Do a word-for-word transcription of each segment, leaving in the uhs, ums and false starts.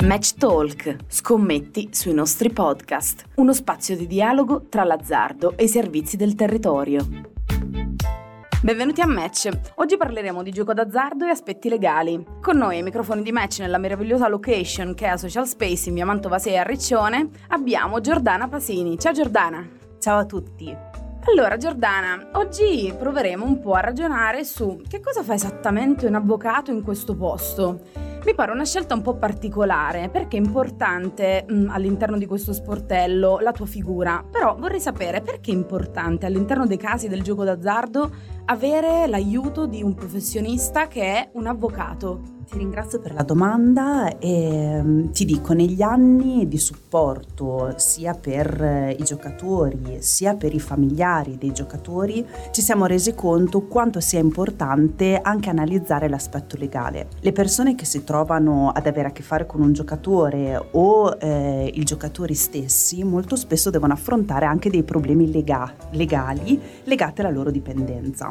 Match Talk, scommetti sui nostri podcast, uno spazio di dialogo tra l'azzardo e i servizi del territorio. Benvenuti a Match. Oggi parleremo di gioco d'azzardo e aspetti legali. Con noi ai microfoni di Match nella meravigliosa location che è a Social Space in via Mantova sei a Riccione abbiamo Giordana Pasini. Ciao Giordana. Ciao a tutti. Allora Giordana, oggi proveremo un po' a ragionare su che cosa fa esattamente un avvocato in questo posto. Mi pare una scelta un po' particolare perché è importante mh, all'interno di questo sportello la tua figura, però vorrei sapere perché è importante all'interno dei casi del gioco d'azzardo avere l'aiuto di un professionista che è un avvocato. Ti ringrazio per la domanda e um, ti dico, negli anni di supporto sia per uh, i giocatori sia per i familiari dei giocatori ci siamo resi conto quanto sia importante anche analizzare l'aspetto legale. Le persone che si trovano ad avere a che fare con un giocatore o eh, i giocatori stessi molto spesso devono affrontare anche dei problemi lega- legali legati alla loro dipendenza.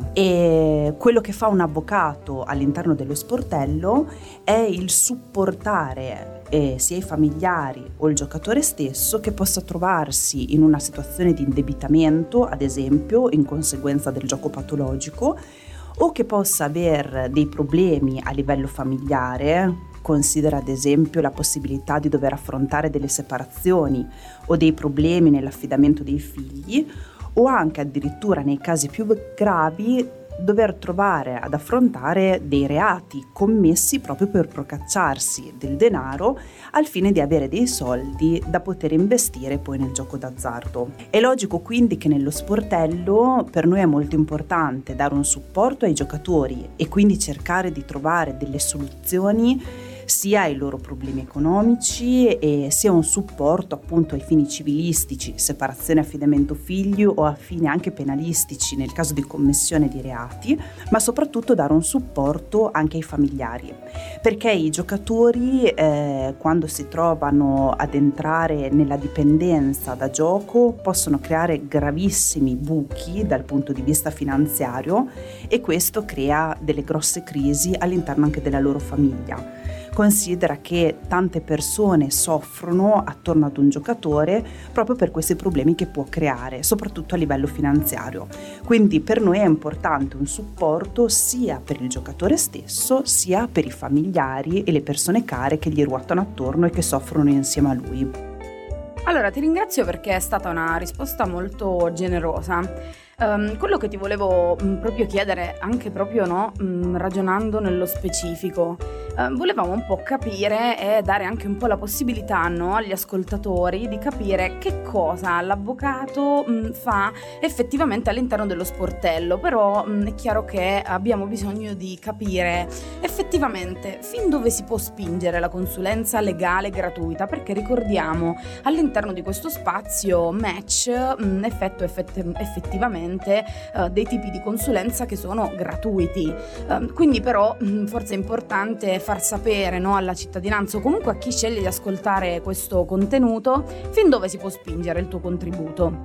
E quello che fa un avvocato all'interno dello sportello è il supportare eh, sia i familiari o il giocatore stesso che possa trovarsi in una situazione di indebitamento, ad esempio in conseguenza del gioco patologico, o che possa aver dei problemi a livello familiare. Considera ad esempio la possibilità di dover affrontare delle separazioni o dei problemi nell'affidamento dei figli, o anche addirittura nei casi più gravi dover trovare ad affrontare dei reati commessi proprio per procacciarsi del denaro al fine di avere dei soldi da poter investire poi nel gioco d'azzardo. È logico quindi che nello sportello per noi è molto importante dare un supporto ai giocatori e quindi cercare di trovare delle soluzioni sia ai loro problemi economici e sia un supporto appunto ai fini civilistici, separazione, affidamento figli o a fini anche penalistici nel caso di commissione di reati, ma soprattutto dare un supporto anche ai familiari, perché i giocatori eh, quando si trovano ad entrare nella dipendenza da gioco possono creare gravissimi buchi dal punto di vista finanziario e questo crea delle grosse crisi all'interno anche della loro famiglia. Considera che tante persone soffrono attorno ad un giocatore proprio per questi problemi che può creare, soprattutto a livello finanziario. Quindi per noi è importante un supporto sia per il giocatore stesso, sia per i familiari e le persone care che gli ruotano attorno e che soffrono insieme a lui. Allora ti ringrazio perché è stata una risposta molto generosa. Um, quello che ti volevo um, proprio chiedere, anche proprio no, um, ragionando nello specifico, uh, volevamo un po' capire e dare anche un po' la possibilità no, agli ascoltatori di capire che cosa l'avvocato um, fa effettivamente all'interno dello sportello, però um, è chiaro che abbiamo bisogno di capire effettivamente fin dove si può spingere la consulenza legale gratuita, perché ricordiamo all'interno di questo spazio Match um, effetto effett- effettivamente Uh, dei tipi di consulenza che sono gratuiti, uh, quindi però mh, forse è importante far sapere no, alla cittadinanza o comunque a chi sceglie di ascoltare questo contenuto fin dove si può spingere il tuo contributo.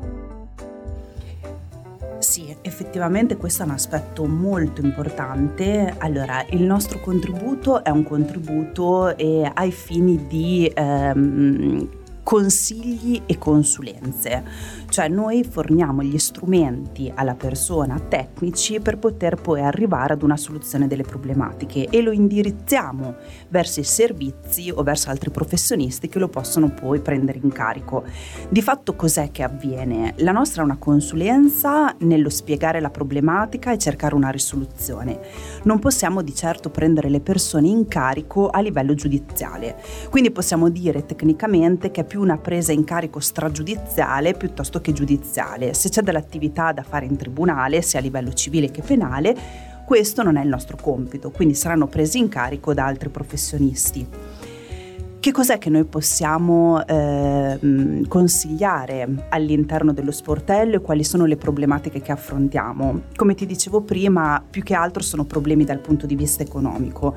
Sì, effettivamente questo è un aspetto molto importante. Allora, il nostro contributo è un contributo eh, ai fini di ehm, consigli e consulenze, cioè noi forniamo gli strumenti alla persona tecnici per poter poi arrivare ad una soluzione delle problematiche e lo indirizziamo verso i servizi o verso altri professionisti che lo possono poi prendere in carico. Di fatto cos'è che avviene? La nostra è una consulenza nello spiegare la problematica e cercare una risoluzione. Non possiamo di certo prendere le persone in carico a livello giudiziale, quindi possiamo dire tecnicamente che è più una presa in carico stragiudiziale piuttosto che giudiziale. Se c'è dell'attività da fare in tribunale, sia a livello civile che penale, questo non è il nostro compito, quindi saranno presi in carico da altri professionisti. Che cos'è che noi possiamo eh, consigliare all'interno dello sportello e quali sono le problematiche che affrontiamo? Come ti dicevo prima, più che altro sono problemi dal punto di vista economico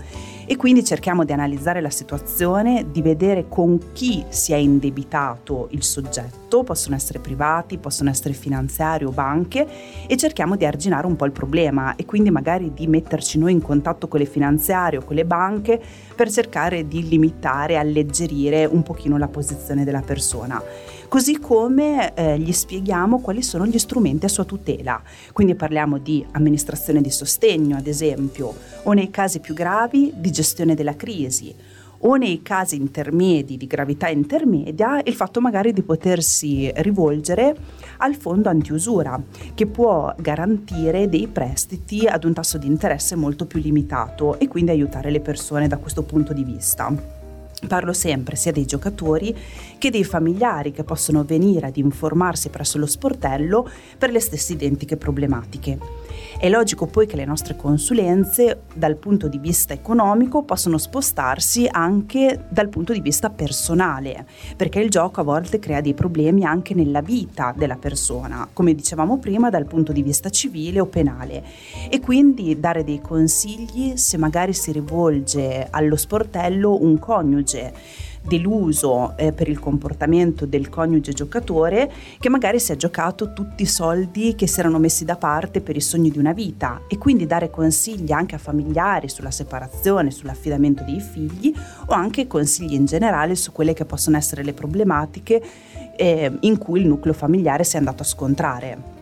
e quindi cerchiamo di analizzare la situazione, di vedere con chi si è indebitato il soggetto, possono essere privati, possono essere finanziari o banche, e cerchiamo di arginare un po' il problema e quindi magari di metterci noi in contatto con le finanziarie o con le banche per cercare di limitare, alleggerire un pochino la posizione della persona. Così come eh, gli spieghiamo quali sono gli strumenti a sua tutela. Quindi parliamo di amministrazione di sostegno, ad esempio, o nei casi più gravi di gestione della crisi, o nei casi intermedi, di gravità intermedia, il fatto magari di potersi rivolgere al fondo antiusura, che può garantire dei prestiti ad un tasso di interesse molto più limitato e quindi aiutare le persone da questo punto di vista. Parlo sempre sia dei giocatori che dei familiari che possono venire ad informarsi presso lo sportello per le stesse identiche problematiche. È logico poi che le nostre consulenze dal punto di vista economico possono spostarsi anche dal punto di vista personale, perché il gioco a volte crea dei problemi anche nella vita della persona, come dicevamo prima dal punto di vista civile o penale, e quindi dare dei consigli se magari si rivolge allo sportello un coniuge deluso eh, per il comportamento del coniuge giocatore, che magari si è giocato tutti i soldi che si erano messi da parte per i sogni di una vita, e quindi dare consigli anche a familiari sulla separazione, sull'affidamento dei figli, o anche consigli in generale su quelle che possono essere le problematiche eh, in cui il nucleo familiare si è andato a scontrare.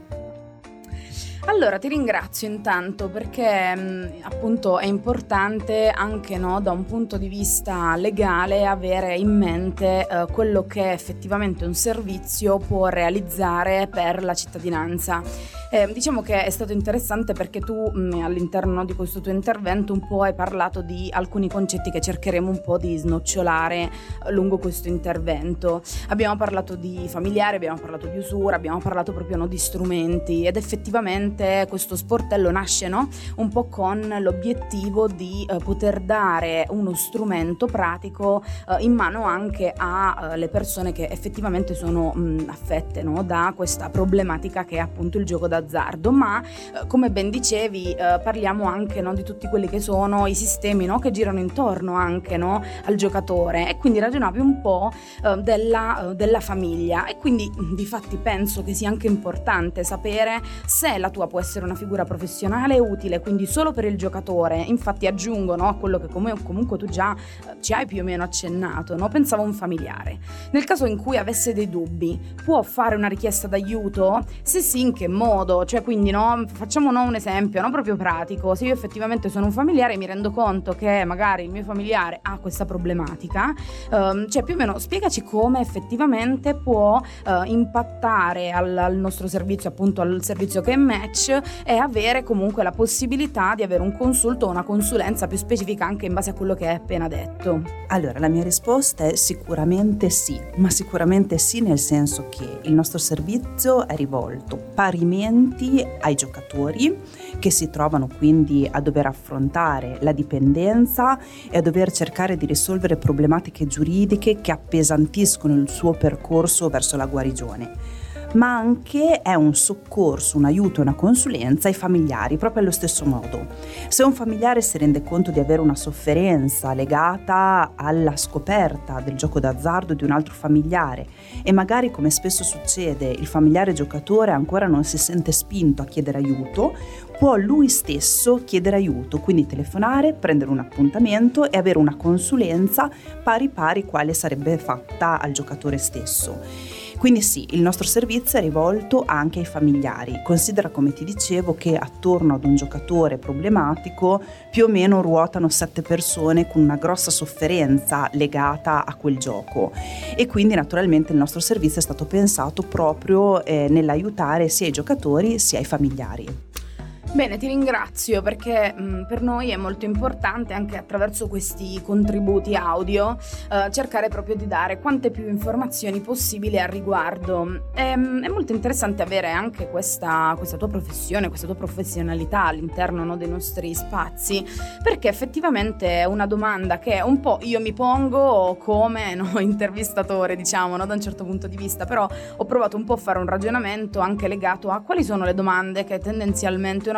Allora, ti ringrazio intanto perché mh, appunto è importante anche, no, da un punto di vista legale avere in mente eh, quello che effettivamente un servizio può realizzare per la cittadinanza. Eh, diciamo che è stato interessante perché tu mh, all'interno di questo tuo intervento un po' hai parlato di alcuni concetti che cercheremo un po' di snocciolare eh, lungo questo intervento. Abbiamo parlato di familiare, abbiamo parlato di usura, abbiamo parlato proprio, no, di strumenti, ed effettivamente questo sportello nasce, no, un po' con l'obiettivo di eh, poter dare uno strumento pratico eh, in mano anche alle eh, persone che effettivamente sono mh, affette, no, da questa problematica che è appunto il gioco d'azzardo. Ma eh, come ben dicevi eh, parliamo anche, no, di tutti quelli che sono i sistemi, no, che girano intorno anche, no, al giocatore, e quindi ragionavi un po' eh, della, eh, della famiglia, e quindi difatti penso che sia anche importante sapere se la tua può essere una figura professionale utile, quindi solo per il giocatore. Infatti aggiungo, no, a quello che com- comunque tu già eh, ci hai più o meno accennato, no? Pensavo a un familiare. Nel caso in cui avesse dei dubbi, può fare una richiesta d'aiuto? Se sì, in che modo? Cioè, quindi, no, facciamo, no, un esempio, no, proprio pratico. Se io effettivamente sono un familiare e mi rendo conto che magari il mio familiare ha questa problematica, ehm, cioè più o meno spiegaci come effettivamente può eh, impattare al, al nostro servizio, appunto al servizio che è Match, e avere comunque la possibilità di avere un consulto o una consulenza più specifica anche in base a quello che hai appena detto. Allora, la mia risposta è sicuramente sì, ma sicuramente sì nel senso che il nostro servizio è rivolto parimenti ai giocatori che si trovano quindi a dover affrontare la dipendenza e a dover cercare di risolvere problematiche giuridiche che appesantiscono il suo percorso verso la guarigione, ma anche è un soccorso, un aiuto, una consulenza ai familiari, proprio allo stesso modo. Se un familiare si rende conto di avere una sofferenza legata alla scoperta del gioco d'azzardo di un altro familiare e magari, come spesso succede, il familiare giocatore ancora non si sente spinto a chiedere aiuto, può lui stesso chiedere aiuto, quindi telefonare, prendere un appuntamento e avere una consulenza pari pari quale sarebbe fatta al giocatore stesso. Quindi sì, il nostro servizio è rivolto anche ai familiari. Considera, come ti dicevo, che attorno ad un giocatore problematico più o meno ruotano sette persone con una grossa sofferenza legata a quel gioco, e quindi naturalmente il nostro servizio è stato pensato proprio eh, nell'aiutare sia i giocatori sia i familiari. Bene, ti ringrazio perché mh, per noi è molto importante anche attraverso questi contributi audio eh, cercare proprio di dare quante più informazioni possibili al riguardo. E, mh, è molto interessante avere anche questa, questa tua professione, questa tua professionalità all'interno, no, dei nostri spazi, perché effettivamente è una domanda che un po' io mi pongo come, no, intervistatore, diciamo, no, da un certo punto di vista, però ho provato un po' a fare un ragionamento anche legato a quali sono le domande che tendenzialmente una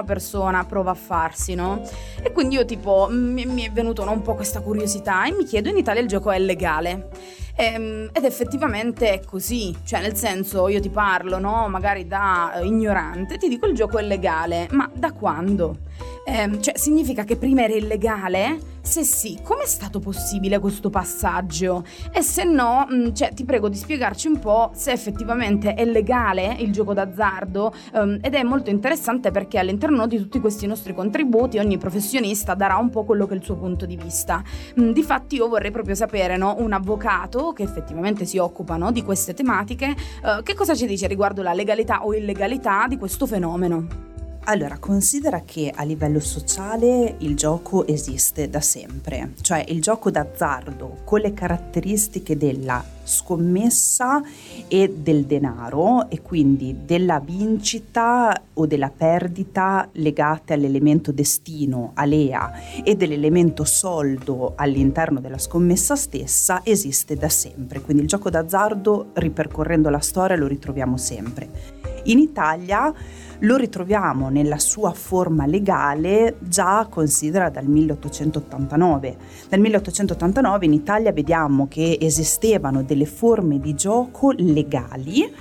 una persona prova a farsi, no? E quindi io tipo mi, mi è venuto no, un po' questa curiosità e mi chiedo: in Italia il gioco è legale? Ehm, ed effettivamente è così, cioè nel senso, io ti parlo, no, magari da eh, ignorante, ti dico il gioco è legale, ma da quando? Ehm, cioè significa che prima era illegale? Se sì, com'è stato possibile questo passaggio? E se no, mh, cioè ti prego di spiegarci un po' se effettivamente è legale il gioco d'azzardo, ehm, ed è molto interessante perché all'interno di tutti questi nostri contributi ogni professionista darà un po' quello che è il suo punto di vista. Mh, difatti io vorrei proprio sapere, no, un avvocato che effettivamente si occupa, no, di queste tematiche, eh, che cosa ci dice riguardo la legalità o illegalità di questo fenomeno? Allora, considera che a livello sociale il gioco esiste da sempre, cioè il gioco d'azzardo con le caratteristiche della scommessa e del denaro, e quindi della vincita o della perdita legate all'elemento destino, alea, e dell'elemento soldo all'interno della scommessa stessa, esiste da sempre. Quindi il gioco d'azzardo, ripercorrendo la storia, lo ritroviamo sempre. In Italia lo ritroviamo nella sua forma legale già, considera, dal milleottocentottantanove. Dal milleottocentottantanove in Italia vediamo che esistevano delle forme di gioco legali,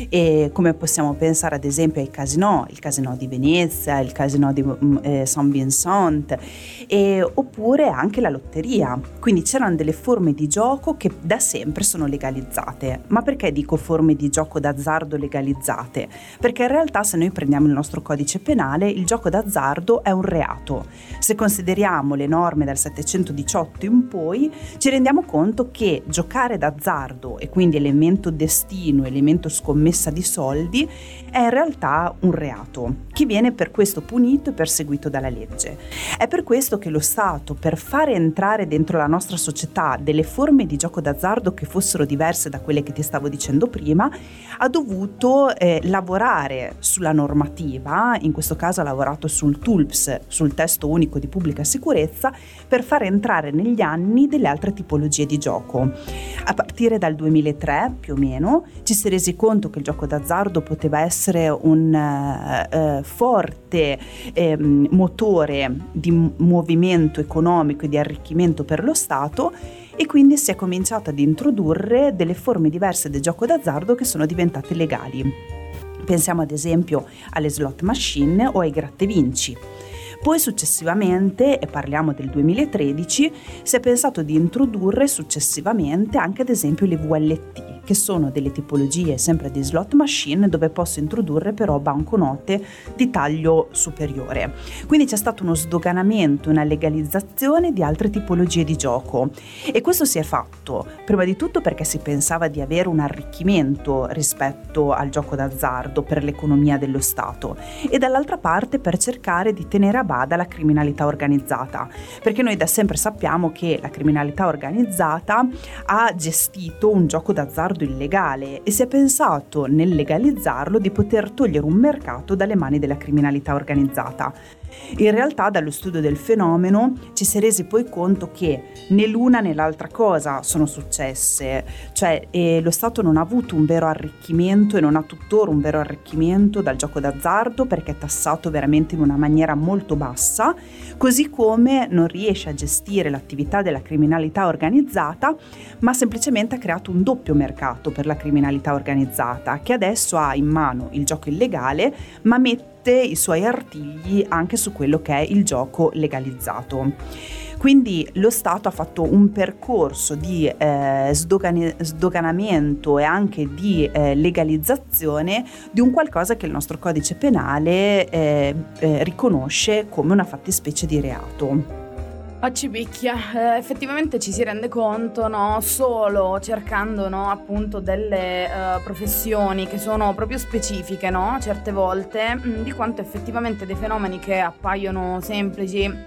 e come possiamo pensare ad esempio ai casinò, il casinò di Venezia, il casinò di eh, Saint Vincent, e, oppure anche la lotteria. Quindi c'erano delle forme di gioco che da sempre sono legalizzate. Ma perché dico forme di gioco d'azzardo legalizzate? Perché in realtà, se noi prendiamo il nostro codice penale, il gioco d'azzardo è un reato. Se consideriamo le norme dal settecentodiciotto in poi, ci rendiamo conto che giocare d'azzardo, e quindi elemento destino, elemento scommessa di soldi, è in realtà un reato che viene per questo punito e perseguito dalla legge. È per questo che lo Stato, per fare entrare dentro la nostra società delle forme di gioco d'azzardo che fossero diverse da quelle che ti stavo dicendo prima, ha dovuto eh, lavorare sulla normativa. In questo caso ha lavorato sul T U L P S, sul testo unico di pubblica sicurezza, per far entrare negli anni delle altre tipologie di gioco. A partire dal duemilatré più o meno ci si è resi conto che il gioco d'azzardo poteva essere un uh, uh, forte eh, motore di movimento economico e di arricchimento per lo Stato, e quindi si è cominciato ad introdurre delle forme diverse del gioco d'azzardo che sono diventate legali. Pensiamo ad esempio alle slot machine o ai gratta e vinci. Poi successivamente, e parliamo del duemilatredici, si è pensato di introdurre successivamente anche ad esempio le V L T, che sono delle tipologie sempre di slot machine dove posso introdurre però banconote di taglio superiore. Quindi c'è stato uno sdoganamento, una legalizzazione di altre tipologie di gioco, e questo si è fatto prima di tutto perché si pensava di avere un arricchimento rispetto al gioco d'azzardo per l'economia dello Stato, e dall'altra parte per cercare di tenere a bada la criminalità organizzata, perché noi da sempre sappiamo che la criminalità organizzata ha gestito un gioco d'azzardo illegale, e si è pensato nel legalizzarlo di poter togliere un mercato dalle mani della criminalità organizzata. In realtà dallo studio del fenomeno ci si è resi poi conto che né l'una né l'altra cosa sono successe, cioè eh, lo Stato non ha avuto un vero arricchimento e non ha tuttora un vero arricchimento dal gioco d'azzardo, perché è tassato veramente in una maniera molto bassa, così come non riesce a gestire l'attività della criminalità organizzata, ma semplicemente ha creato un doppio mercato per la criminalità organizzata, che adesso ha in mano il gioco illegale ma mette i suoi artigli anche su quello che è il gioco legalizzato. Quindi lo Stato ha fatto un percorso di eh, sdogani- sdoganamento e anche di eh, legalizzazione di un qualcosa che il nostro codice penale eh, eh, riconosce come una fattispecie di reato. Ci picchia, eh, effettivamente ci si rende conto, no, solo cercando, no, appunto delle uh, professioni che sono proprio specifiche, no, certe volte, mh, di quanto effettivamente dei fenomeni che appaiono semplici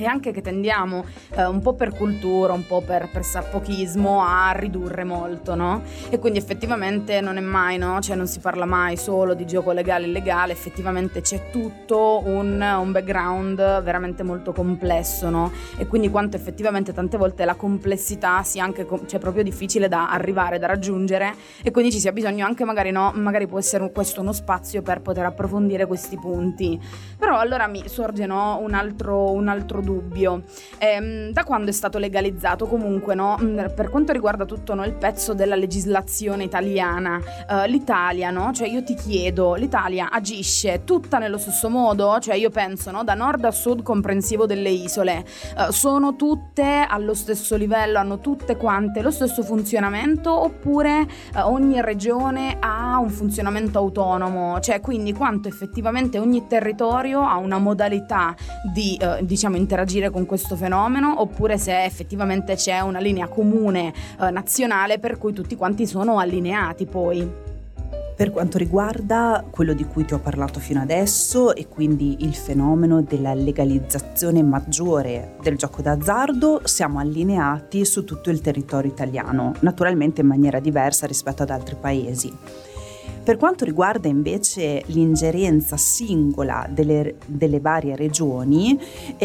e anche che tendiamo eh, un po' per cultura, un po' per pressapochismo a ridurre molto, no? E quindi effettivamente non è mai, no? Cioè non si parla mai solo di gioco legale e illegale, effettivamente c'è tutto un, un background veramente molto complesso, no? E quindi quanto effettivamente tante volte la complessità sia anche cioè proprio difficile da arrivare, da raggiungere, e quindi ci sia bisogno anche magari, no? Magari può essere questo uno spazio per poter approfondire questi punti. Però allora mi sorge, no, un altro, un altro dubbio. Ehm, da quando è stato legalizzato comunque, no, per quanto riguarda tutto, no, il pezzo della legislazione italiana, eh, l'Italia, no, cioè io ti chiedo, l'Italia agisce tutta nello stesso modo? Cioè io penso, no, da nord a sud comprensivo delle isole, eh, sono tutte allo stesso livello, hanno tutte quante lo stesso funzionamento, oppure eh, ogni regione ha un funzionamento autonomo? Cioè quindi quanto effettivamente ogni territorio ha una modalità di eh, diciamo interagire con questo fenomeno, oppure se effettivamente c'è una linea comune eh, nazionale per cui tutti quanti sono allineati poi. Per quanto riguarda quello di cui ti ho parlato fino adesso, e quindi il fenomeno della legalizzazione maggiore del gioco d'azzardo, siamo allineati su tutto il territorio italiano, naturalmente in maniera diversa rispetto ad altri paesi. Per quanto riguarda invece l'ingerenza singola delle, delle varie regioni,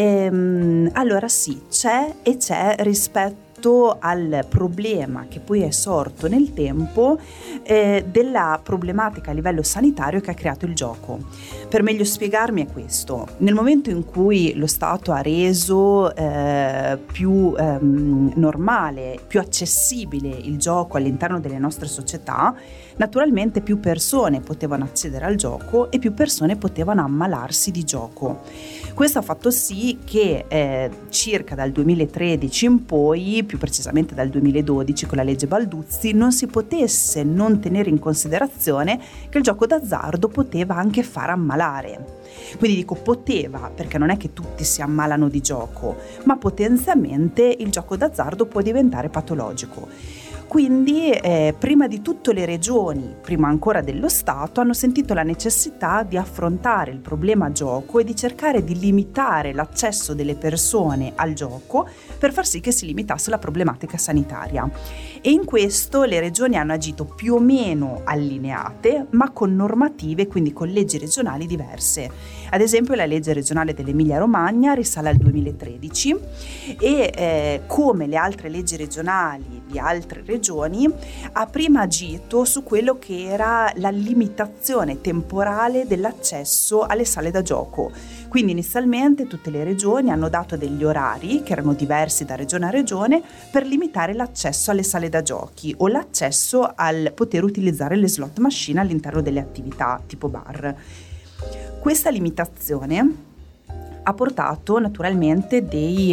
ehm, allora sì, c'è e c'è rispetto al problema che poi è sorto nel tempo eh, della problematica a livello sanitario che ha creato il gioco. Per meglio spiegarmi è questo: nel momento in cui lo Stato ha reso eh, più ehm, normale, più accessibile il gioco all'interno delle nostre società, naturalmente più persone potevano accedere al gioco e più persone potevano ammalarsi di gioco. Questo ha fatto sì che eh, circa dal duemilatredici in poi, più precisamente dal duemiladodici con la legge Balduzzi, non si potesse non tenere in considerazione che il gioco d'azzardo poteva anche far ammalare. Quindi dico poteva, perché non è che tutti si ammalano di gioco, ma potenzialmente il gioco d'azzardo può diventare patologico. Quindi eh, prima di tutto le regioni, prima ancora dello Stato, hanno sentito la necessità di affrontare il problema gioco e di cercare di limitare l'accesso delle persone al gioco per far sì che si limitasse la problematica sanitaria. E in questo le regioni hanno agito più o meno allineate, ma con normative, quindi con leggi regionali diverse. Ad esempio la legge regionale dell'Emilia-Romagna risale al duemilatredici e eh, come le altre leggi regionali di altre regioni ha prima agito su quello che era la limitazione temporale dell'accesso alle sale da gioco. Quindi inizialmente tutte le regioni hanno dato degli orari che erano diversi da regione a regione per limitare l'accesso alle sale da giochi o l'accesso al poter utilizzare le slot machine all'interno delle attività tipo bar. Questa limitazione ha portato naturalmente dei,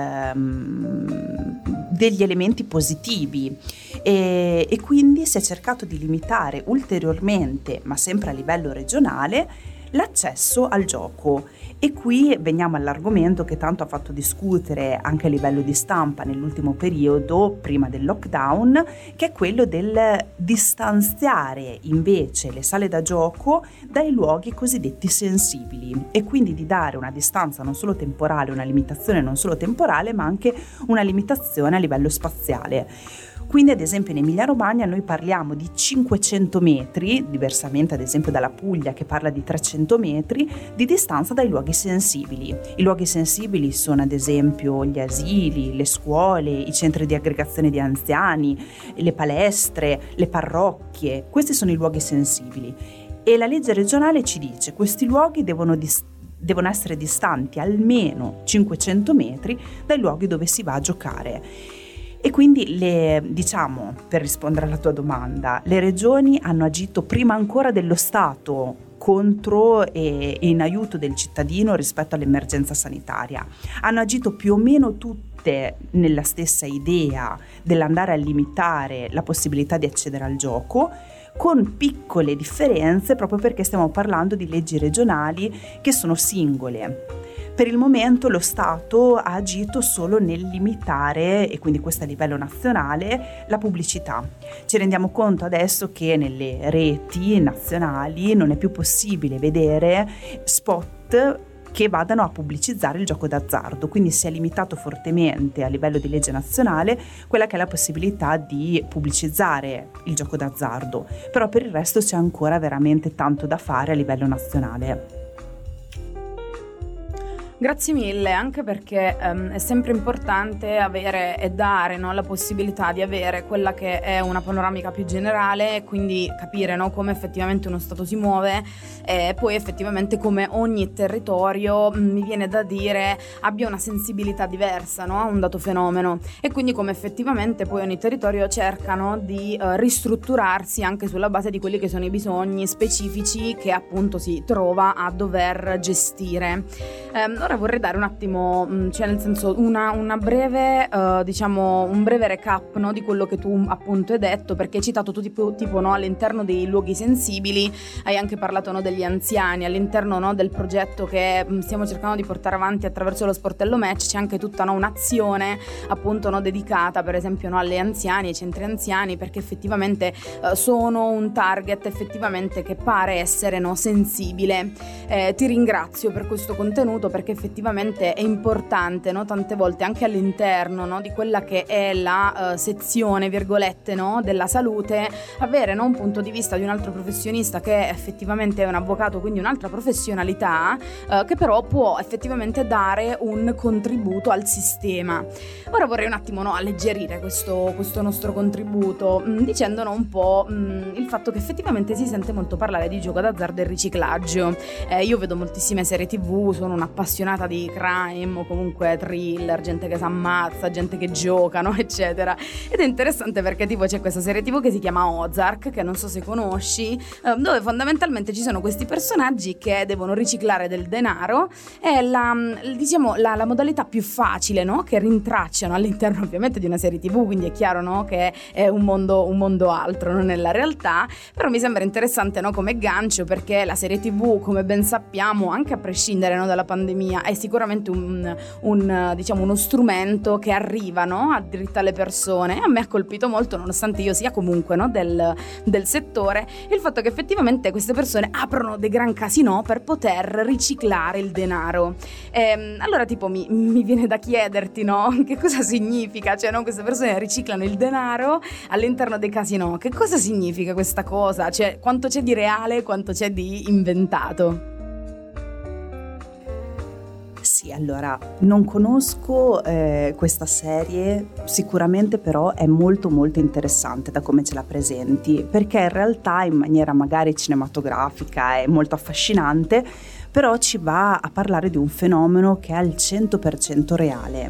ehm, degli elementi positivi e, e quindi si è cercato di limitare ulteriormente, ma sempre a livello regionale, l'accesso al gioco. E qui veniamo all'argomento che tanto ha fatto discutere anche a livello di stampa nell'ultimo periodo, prima del lockdown, che è quello del distanziare invece le sale da gioco dai luoghi cosiddetti sensibili e quindi di dare una distanza non solo temporale, una limitazione non solo temporale, ma anche una limitazione a livello spaziale. Quindi ad esempio in Emilia-Romagna noi parliamo di cinquecento metri, diversamente ad esempio dalla Puglia che parla di trecento metri, di distanza dai luoghi sensibili. I luoghi sensibili sono ad esempio gli asili, le scuole, i centri di aggregazione di anziani, le palestre, le parrocchie. Questi sono i luoghi sensibili. E la legge regionale ci dice che questi luoghi devono dis- devono essere distanti almeno cinquecento metri dai luoghi dove si va a giocare. E quindi, le, diciamo, per rispondere alla tua domanda, le regioni hanno agito prima ancora dello Stato contro e, e in aiuto del cittadino rispetto all'emergenza sanitaria. Hanno agito più o meno tutte nella stessa idea dell'andare a limitare la possibilità di accedere al gioco, con piccole differenze proprio perché stiamo parlando di leggi regionali che sono singole. Per il momento lo Stato ha agito solo nel limitare, e quindi questo a livello nazionale, la pubblicità. Ci rendiamo conto adesso che nelle reti nazionali non è più possibile vedere spot che vadano a pubblicizzare il gioco d'azzardo, quindi si è limitato fortemente a livello di legge nazionale quella che è la possibilità di pubblicizzare il gioco d'azzardo, però per il resto c'è ancora veramente tanto da fare a livello nazionale. Grazie mille, anche perché um, è sempre importante avere e dare, no, la possibilità di avere quella che è una panoramica più generale, quindi capire, no, come effettivamente uno Stato si muove e poi effettivamente come ogni territorio, mh, mi viene da dire, abbia una sensibilità diversa, no, a un dato fenomeno, e quindi come effettivamente poi ogni territorio cercano di uh, ristrutturarsi anche sulla base di quelli che sono i bisogni specifici che appunto si trova a dover gestire. Um, Ora vorrei dare un attimo, cioè nel senso una, una breve, uh, diciamo un breve recap, no, di quello che tu appunto hai detto, perché hai citato tu tipo, tipo no, all'interno dei luoghi sensibili, hai anche parlato, no, degli anziani, all'interno, no, del progetto che mh, stiamo cercando di portare avanti attraverso lo sportello match c'è anche tutta, no, un'azione appunto, no, dedicata per esempio, no, alle anziani, ai centri anziani, perché effettivamente uh, sono un target effettivamente che pare essere, no, sensibile. Eh, ti ringrazio per questo contenuto, perché effettivamente è importante, no, tante volte anche all'interno, no, di quella che è la uh, sezione virgolette, no, della salute, avere, no, un punto di vista di un altro professionista che effettivamente è un avvocato, quindi un'altra professionalità uh, che però può effettivamente dare un contributo al sistema. Ora vorrei un attimo, no, alleggerire questo, questo nostro contributo mh, dicendo, no, un po' mh, il fatto che effettivamente si sente molto parlare di gioco d'azzardo e riciclaggio. Eh, io vedo moltissime serie tv, sono un'appassionata di crime o comunque thriller, gente che si ammazza, gente che giocano, eccetera. Ed è interessante perché tipo c'è questa serie tv che si chiama Ozark, che non so se conosci, dove fondamentalmente ci sono questi personaggi che devono riciclare del denaro. È la, diciamo, la, la modalità più facile, no, che rintracciano all'interno ovviamente di una serie tv, quindi è chiaro, no, che è un mondo, un mondo altro, non è la realtà, però mi sembra interessante, no, come gancio, perché la serie tv, come ben sappiamo, anche a prescindere, no, dalla pandemia, è sicuramente un, un, diciamo, uno strumento che arriva, no, a diritta alle persone. A me ha colpito molto, nonostante io sia comunque, no, del, del settore, il fatto che effettivamente queste persone aprono dei gran casinò per poter riciclare il denaro. E, allora tipo mi, mi viene da chiederti, no, che cosa significa, cioè, no, queste persone riciclano il denaro all'interno dei casinò, che cosa significa questa cosa, cioè quanto c'è di reale, quanto c'è di inventato? Sì, allora, non conosco eh, questa serie, sicuramente però è molto molto interessante da come ce la presenti, perché in realtà in maniera magari cinematografica è molto affascinante, però ci va a parlare di un fenomeno che è al cento per cento reale.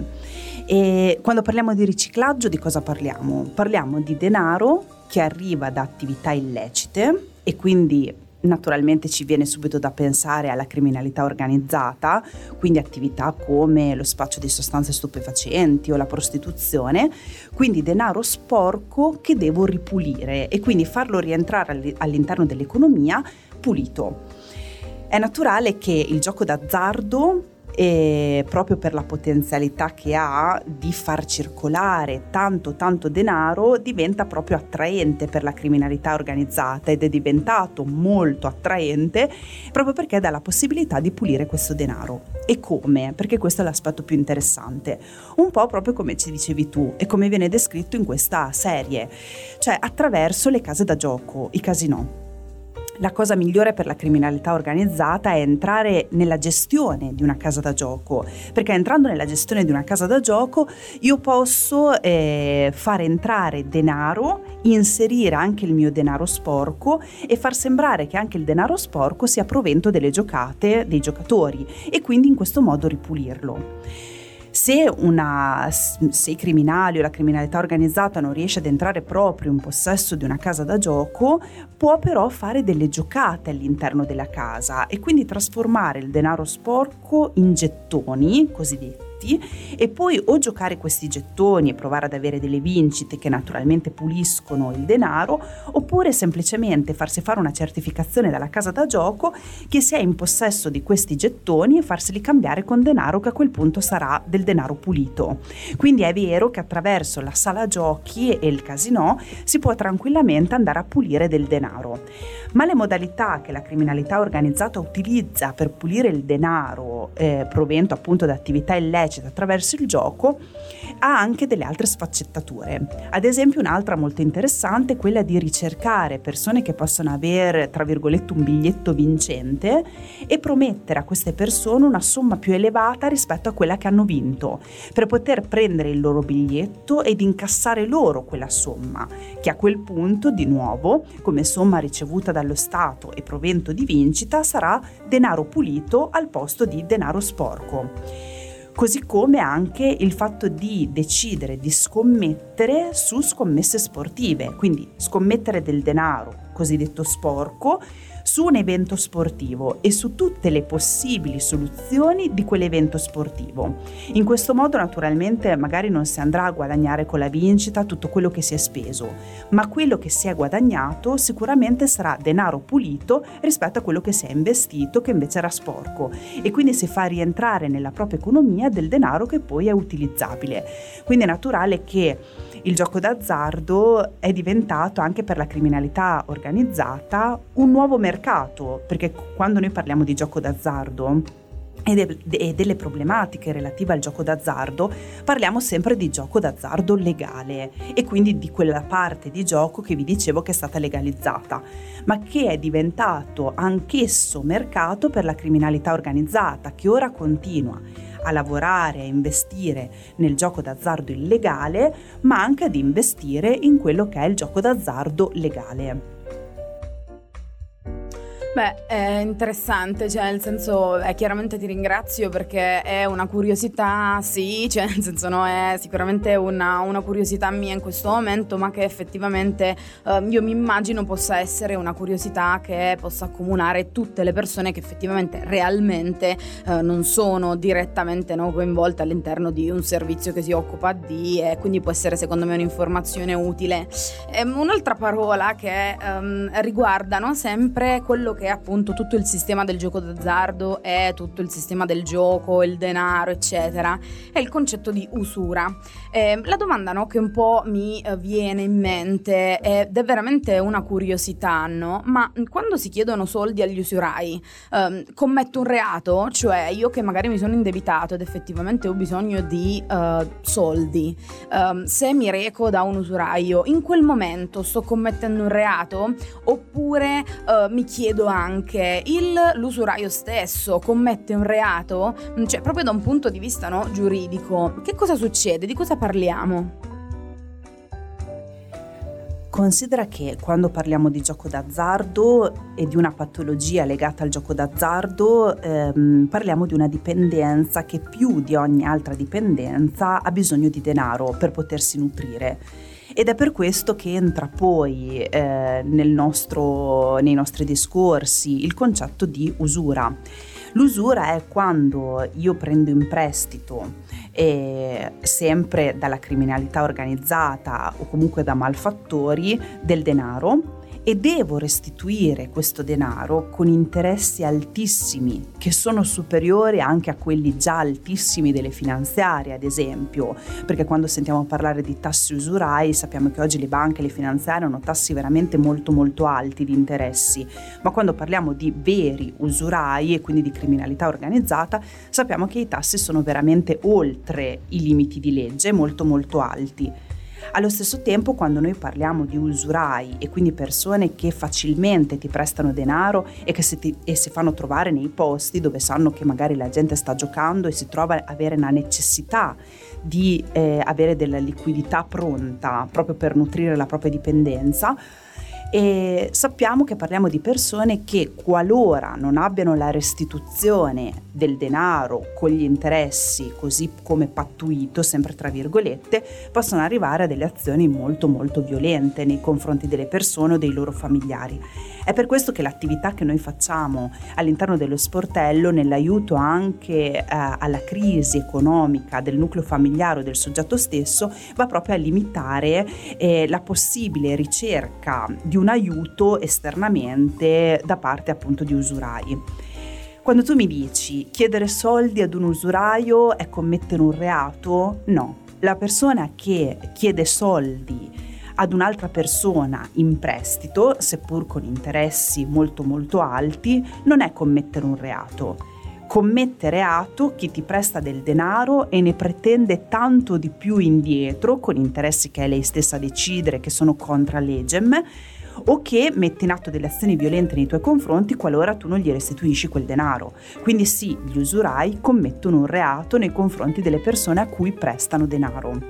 E quando parliamo di riciclaggio, di cosa parliamo? Parliamo di denaro che arriva da attività illecite e quindi naturalmente ci viene subito da pensare alla criminalità organizzata, quindi attività come lo spaccio di sostanze stupefacenti o la prostituzione, quindi denaro sporco che devo ripulire e quindi farlo rientrare all'interno dell'economia pulito. È naturale che il gioco d'azzardo, e proprio per la potenzialità che ha di far circolare tanto tanto denaro, diventa proprio attraente per la criminalità organizzata ed è diventato molto attraente proprio perché dà la possibilità di pulire questo denaro. E come? Perché questo è l'aspetto più interessante, un po' proprio come ci dicevi tu e come viene descritto in questa serie, cioè attraverso le case da gioco, i casinò. La cosa migliore per la criminalità organizzata è entrare nella gestione di una casa da gioco, perché entrando nella gestione di una casa da gioco io posso eh, far entrare denaro, inserire anche il mio denaro sporco e far sembrare che anche il denaro sporco sia a provento delle giocate dei giocatori e quindi in questo modo ripulirlo. Se, una, se i criminali o la criminalità organizzata non riesce ad entrare proprio in possesso di una casa da gioco, può però fare delle giocate all'interno della casa e quindi trasformare il denaro sporco in gettoni cosiddetti e poi o giocare questi gettoni e provare ad avere delle vincite che naturalmente puliscono il denaro, oppure semplicemente farsi fare una certificazione dalla casa da gioco che sia in possesso di questi gettoni e farseli cambiare con denaro che a quel punto sarà del denaro pulito. Quindi è vero che attraverso la sala giochi e il casinò si può tranquillamente andare a pulire del denaro, Ma le modalità che la criminalità organizzata utilizza per pulire il denaro eh, provento appunto da attività illecite attraverso il gioco ha anche delle altre sfaccettature. Ad esempio, un'altra molto interessante è quella di ricercare persone che possono avere, tra virgolette, un biglietto vincente e promettere a queste persone una somma più elevata rispetto a quella che hanno vinto, per poter prendere il loro biglietto ed incassare loro quella somma, che a quel punto, di nuovo, come somma ricevuta dallo Stato e provento di vincita, sarà denaro pulito al posto di denaro sporco. Così come anche il fatto di decidere di scommettere su scommesse sportive, quindi scommettere del denaro cosiddetto sporco su un evento sportivo e su tutte le possibili soluzioni di quell'evento sportivo. In questo modo naturalmente magari non si andrà a guadagnare con la vincita tutto quello che si è speso, ma quello che si è guadagnato sicuramente sarà denaro pulito rispetto a quello che si è investito, che invece era sporco, e quindi si fa rientrare nella propria economia del denaro che poi è utilizzabile. Quindi è naturale che il gioco d'azzardo è diventato anche per la criminalità organizzata un nuovo mercato, perché quando noi parliamo di gioco d'azzardo e, de- e delle problematiche relative al gioco d'azzardo, parliamo sempre di gioco d'azzardo legale e quindi di quella parte di gioco che vi dicevo che è stata legalizzata, ma che è diventato anch'esso mercato per la criminalità organizzata, che ora continua a lavorare, a investire nel gioco d'azzardo illegale, ma anche ad investire in quello che è il gioco d'azzardo legale. Beh, è interessante, cioè nel senso, eh, chiaramente ti ringrazio perché è una curiosità, sì, cioè nel senso no, è sicuramente una, una curiosità mia in questo momento, ma che effettivamente eh, io mi immagino possa essere una curiosità che possa accomunare tutte le persone che effettivamente realmente eh, non sono direttamente no, coinvolte all'interno di un servizio che si occupa di, e quindi può essere secondo me un'informazione utile. E un'altra parola che ehm, riguarda no, sempre quello che appunto tutto il sistema del gioco d'azzardo e tutto il sistema del gioco, il denaro eccetera, è il concetto di usura. Eh, la domanda no, che un po' mi eh, viene in mente ed è veramente una curiosità, no? Ma quando si chiedono soldi agli usurai, ehm, commetto un reato? Cioè io che magari mi sono indebitato ed effettivamente ho bisogno di eh, soldi, ehm, se mi reco da un usuraio, in quel momento sto commettendo un reato? Oppure eh, mi chiedo anche, il, l'usuraio stesso commette un reato? Cioè proprio da un punto di vista no, giuridico, che cosa succede? Di cosa parliamo? Considera che quando parliamo di gioco d'azzardo e di una patologia legata al gioco d'azzardo, ehm, parliamo di una dipendenza che più di ogni altra dipendenza ha bisogno di denaro per potersi nutrire. Ed è per questo che entra poi eh, nel nostro, nei nostri discorsi il concetto di usura. L'usura è quando io prendo in prestito, eh, sempre dalla criminalità organizzata o comunque da malfattori, del denaro, e devo restituire questo denaro con interessi altissimi che sono superiori anche a quelli già altissimi delle finanziarie, ad esempio, perché quando sentiamo parlare di tassi usurai sappiamo che oggi le banche e le finanziarie hanno tassi veramente molto molto alti di interessi, ma quando parliamo di veri usurai e quindi di criminalità organizzata sappiamo che i tassi sono veramente oltre i limiti di legge, molto molto alti. Allo stesso tempo, quando noi parliamo di usurai e quindi persone che facilmente ti prestano denaro e che si, ti, e si fanno trovare nei posti dove sanno che magari la gente sta giocando e si trova a avere una necessità di eh, avere della liquidità pronta proprio per nutrire la propria dipendenza, e sappiamo che parliamo di persone che qualora non abbiano la restituzione del denaro con gli interessi così come pattuito, sempre tra virgolette, possono arrivare a delle azioni molto molto violente nei confronti delle persone o dei loro familiari. È per questo che l'attività che noi facciamo all'interno dello sportello, nell'aiuto anche eh, alla crisi economica del nucleo familiare o del soggetto stesso, va proprio a limitare eh, la possibile ricerca di un aiuto esternamente da parte appunto di usurai. Quando tu mi dici chiedere soldi ad un usuraio è commettere un reato, no. La persona che chiede soldi ad un'altra persona in prestito, seppur con interessi molto molto alti, non è commettere un reato. Commette reato chi ti presta del denaro e ne pretende tanto di più indietro, con interessi che è lei stessa a decidere, che sono contra legem, o che mette in atto delle azioni violente nei tuoi confronti qualora tu non gli restituisci quel denaro. Quindi sì, gli usurai commettono un reato nei confronti delle persone a cui prestano denaro.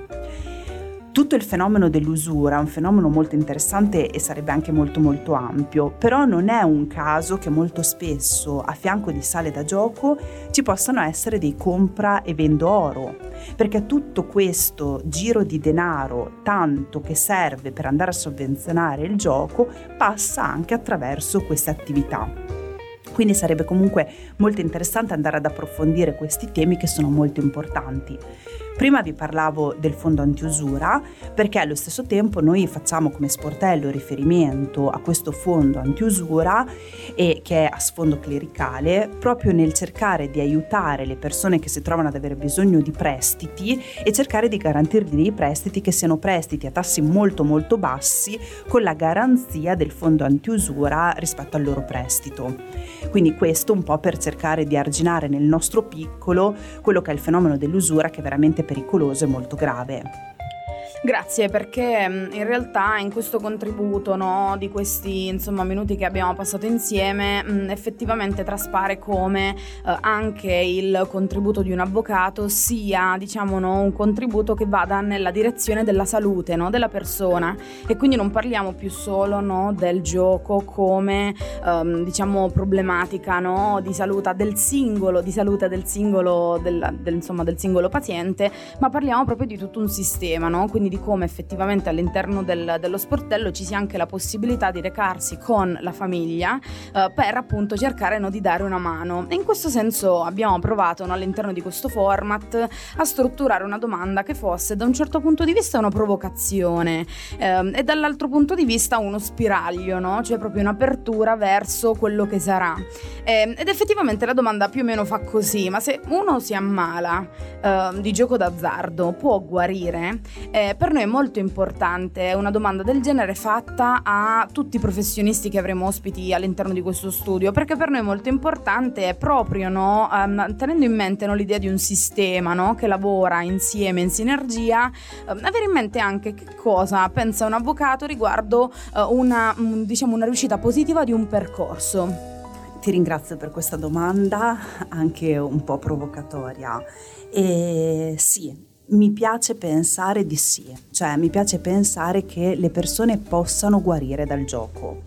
Tutto il fenomeno dell'usura è un fenomeno molto interessante e sarebbe anche molto molto ampio, però non è un caso che molto spesso a fianco di sale da gioco ci possano essere dei compra e vendo oro, perché tutto questo giro di denaro, tanto che serve per andare a sovvenzionare il gioco, passa anche attraverso queste attività. Quindi sarebbe comunque molto interessante andare ad approfondire questi temi che sono molto importanti. Prima vi parlavo del fondo antiusura perché allo stesso tempo noi facciamo come sportello riferimento a questo fondo antiusura e che è a sfondo clericale proprio nel cercare di aiutare le persone che si trovano ad avere bisogno di prestiti e cercare di garantirgli dei prestiti che siano prestiti a tassi molto molto bassi con la garanzia del fondo antiusura rispetto al loro prestito. Quindi questo un po' per cercare di arginare nel nostro piccolo quello che è il fenomeno dell'usura, che è veramente pericoloso e molto grave. Grazie, perché in realtà in questo contributo, no, di questi insomma minuti che abbiamo passato insieme mh, effettivamente traspare come eh, anche il contributo di un avvocato sia, diciamo, no, un contributo che vada nella direzione della salute, no, della persona, e quindi non parliamo più solo, no, del gioco come ehm, diciamo problematica, no, di salute del singolo, di salute del singolo del, del, insomma del singolo paziente, ma parliamo proprio di tutto un sistema, no? Quindi di come effettivamente all'interno del, dello sportello ci sia anche la possibilità di recarsi con la famiglia eh, per appunto cercare, no, di dare una mano. E in questo senso abbiamo provato, no, all'interno di questo format a strutturare una domanda che fosse da un certo punto di vista una provocazione eh, e dall'altro punto di vista uno spiraglio, no? Cioè proprio un'apertura verso quello che sarà. Eh, ed effettivamente la domanda più o meno fa così: ma se uno si ammala eh, di gioco d'azzardo può guarire? Eh, per noi è molto importante una domanda del genere fatta a tutti i professionisti che avremo ospiti all'interno di questo studio, perché per noi è molto importante proprio, no, um, tenendo in mente, no, l'idea di un sistema, no, che lavora insieme in sinergia, um, avere in mente anche che cosa pensa un avvocato riguardo uh, una, um, diciamo una riuscita positiva di un percorso. Ti ringrazio per questa domanda, anche un po' provocatoria. E sì, mi piace pensare di sì, cioè mi piace pensare che le persone possano guarire dal gioco.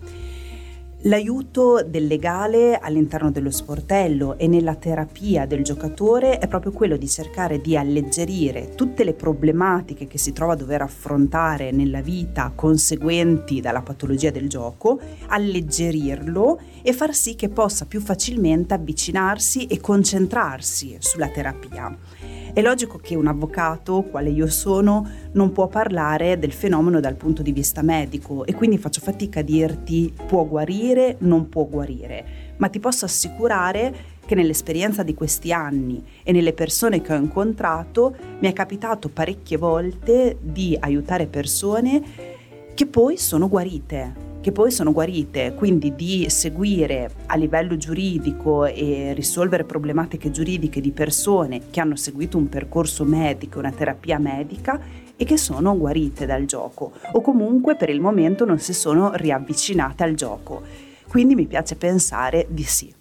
L'aiuto del legale all'interno dello sportello e nella terapia del giocatore è proprio quello di cercare di alleggerire tutte le problematiche che si trova a dover affrontare nella vita conseguenti dalla patologia del gioco, alleggerirlo e far sì che possa più facilmente avvicinarsi e concentrarsi sulla terapia. È logico che un avvocato, quale io sono, non può parlare del fenomeno dal punto di vista medico e quindi faccio fatica a dirti può guarire, non può guarire, ma ti posso assicurare che nell'esperienza di questi anni e nelle persone che ho incontrato mi è capitato parecchie volte di aiutare persone che poi sono guarite. che poi sono guarite, quindi di seguire a livello giuridico e risolvere problematiche giuridiche di persone che hanno seguito un percorso medico, una terapia medica e che sono guarite dal gioco o comunque per il momento non si sono riavvicinate al gioco. Quindi mi piace pensare di sì.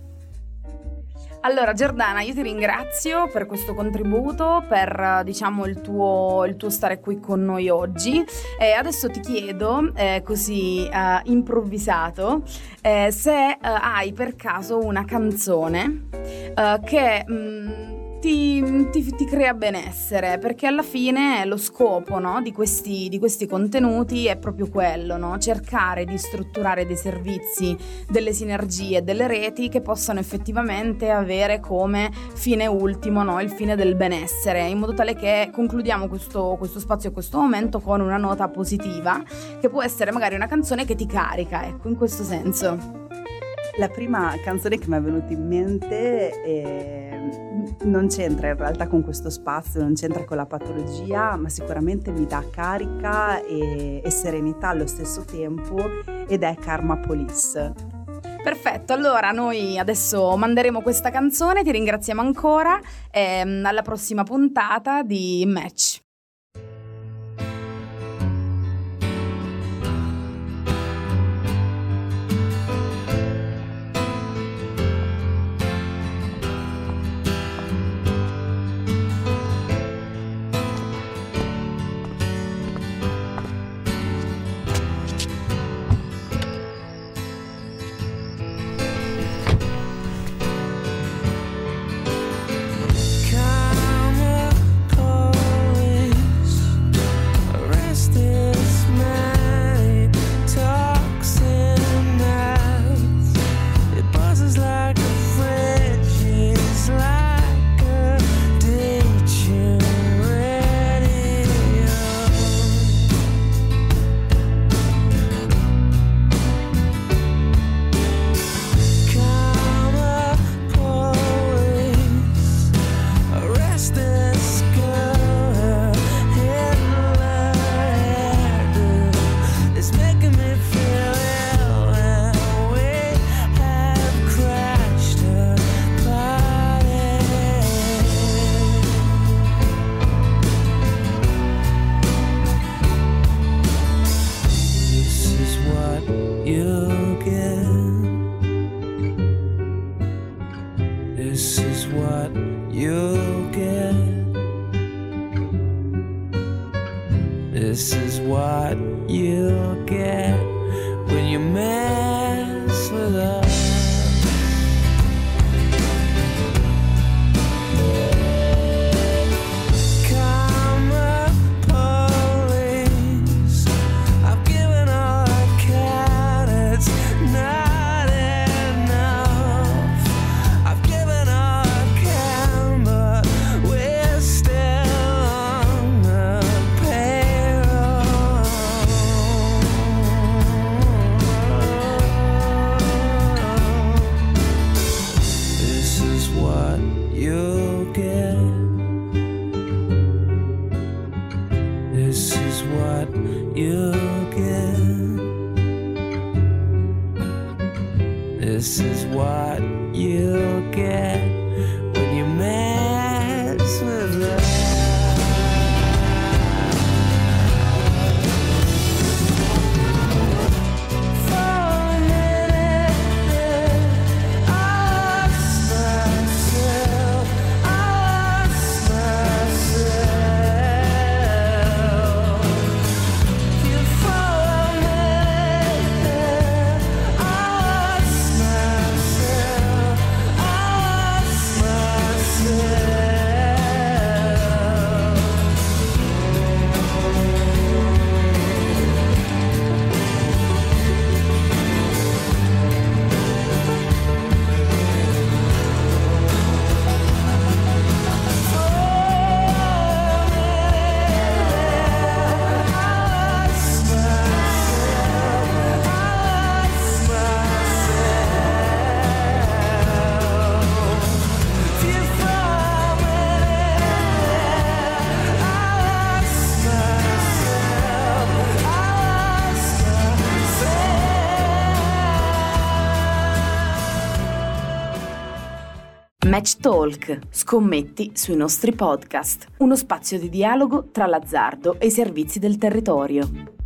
Allora Giordana, io ti ringrazio per questo contributo, per diciamo il tuo, il tuo stare qui con noi oggi e adesso ti chiedo, eh, così eh, improvvisato, eh, se eh, hai per caso una canzone eh, che... Mh, Ti, ti, ti crea benessere, perché alla fine lo scopo, no, di questi, di questi contenuti è proprio quello, no? Cercare di strutturare dei servizi, delle sinergie, delle reti che possano effettivamente avere come fine ultimo, no, il fine del benessere, in modo tale che concludiamo questo, questo spazio e questo momento con una nota positiva che può essere magari una canzone che ti carica, ecco, in questo senso. La prima canzone che mi è venuta in mente è Non c'entra in realtà con questo spazio, non c'entra con la patologia, ma sicuramente mi dà carica e, e serenità allo stesso tempo, ed è Karma Police. Perfetto, allora noi adesso manderemo questa canzone, ti ringraziamo ancora e alla prossima puntata di Match. This is what you'll get when you mess with us. Karma police, I've given all I can, it's not enough. I've given all I can, but we're still on the payroll. This is what you'll get. This is what you'll get. This is what you'll get when you mess with us. For a minute there, I lost myself. I lost myself. You for a minute there, I lost myself. I lost myself. Match Talk, scommetti sui nostri podcast, uno spazio di dialogo tra l'azzardo e i servizi del territorio.